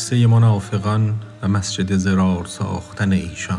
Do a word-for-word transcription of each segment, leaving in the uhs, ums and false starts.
قصه منافقان و مسجد ضرار ساختن ایشان.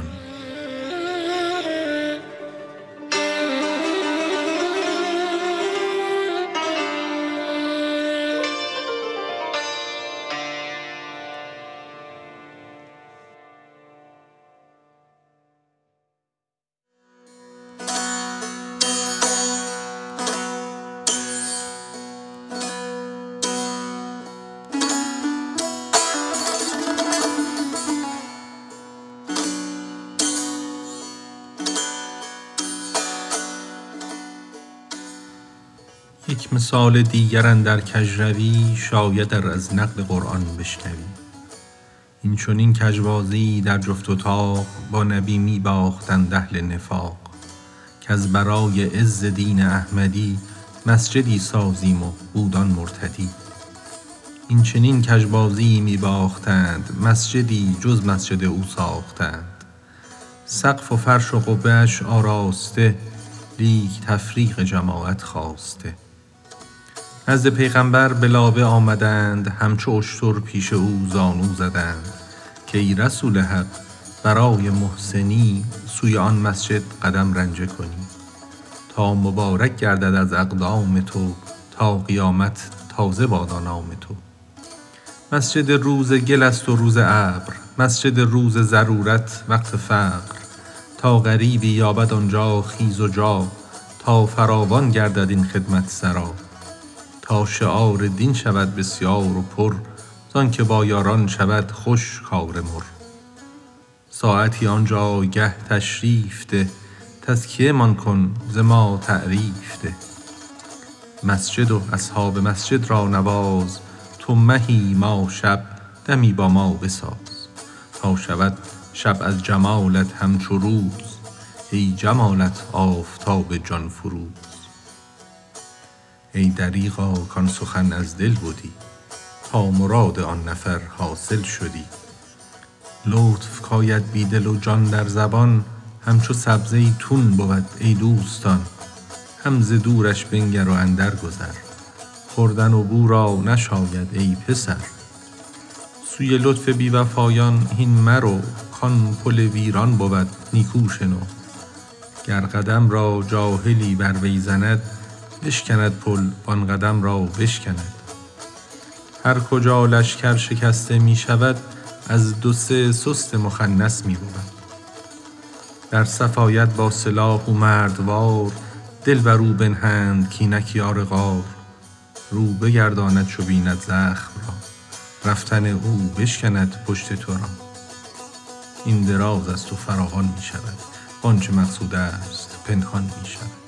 یک مثال دیگر اندر کژروی شاید ار از نقل قرآن بشنوی. این چنین کژبازی در جفت و طاق با نبی می باختند اهل نفاق. کز برای عز دین احمدی مسجدی سازیم و بودان مرتدی. این چنین کژبازی می باختند مسجدی جز مسجد او ساختند. سقف و فرش و قبه اش آراسته لیک تفریق جماعت خواسته. نزد پیغمبر به لابه آمدند همچو اشتر پیش او زانو زدند که ای رسول حق برای محسنی سوی آن مسجد قدم رنجه کنی تا مبارک گردد از اقدام تو تا قیامت تازه بادا نام تو. مسجد روز گل است و روز ابر، مسجد روز ضرورت وقت فقر. تا غریبی یابد آنجا خیز و جا تا فراوان گردد این خدمت سرا. تا شعار دین شود بسیار و پر زان که با یاران شود خوش کار مر. ساعتی آنجا گه تشریف ده تزکیه مان کن ز ما تعریف ده. مسجد و اصحاب مسجد را نواز تو مهی ما شب دمی با ما بساز. تا شود شب از جمالت همچو روز ای جمالت آفتاب جان فروز. ای دریغا کان سخن از دل بودی تا مراد آن نفر حاصل شدی. لطف کاید بی دل و جان در زبان همچو سبزه تون بود ای دوستان. هم ز دورش بنگر و اندر گذر خوردن و بو را نشاید ای پسر. سوی لطف بی وفایان هین مرو کان پل ویران بود نیکو شنو. گر قدم را جاهلی بر وی زند بشکند پل وان قدم را بشکند. هر کجا لشکر شکسته می شود از دو سه سست مخنث می بود. در صف آید با سلاح و مردوار دل بر او بنهند کاینک یار غار. رو بگرداند چو بیند زخم را رفتن او بشکند پشت تو را. این دراز است و فراوان می شود وآنچه مقصود است پنهان می شود.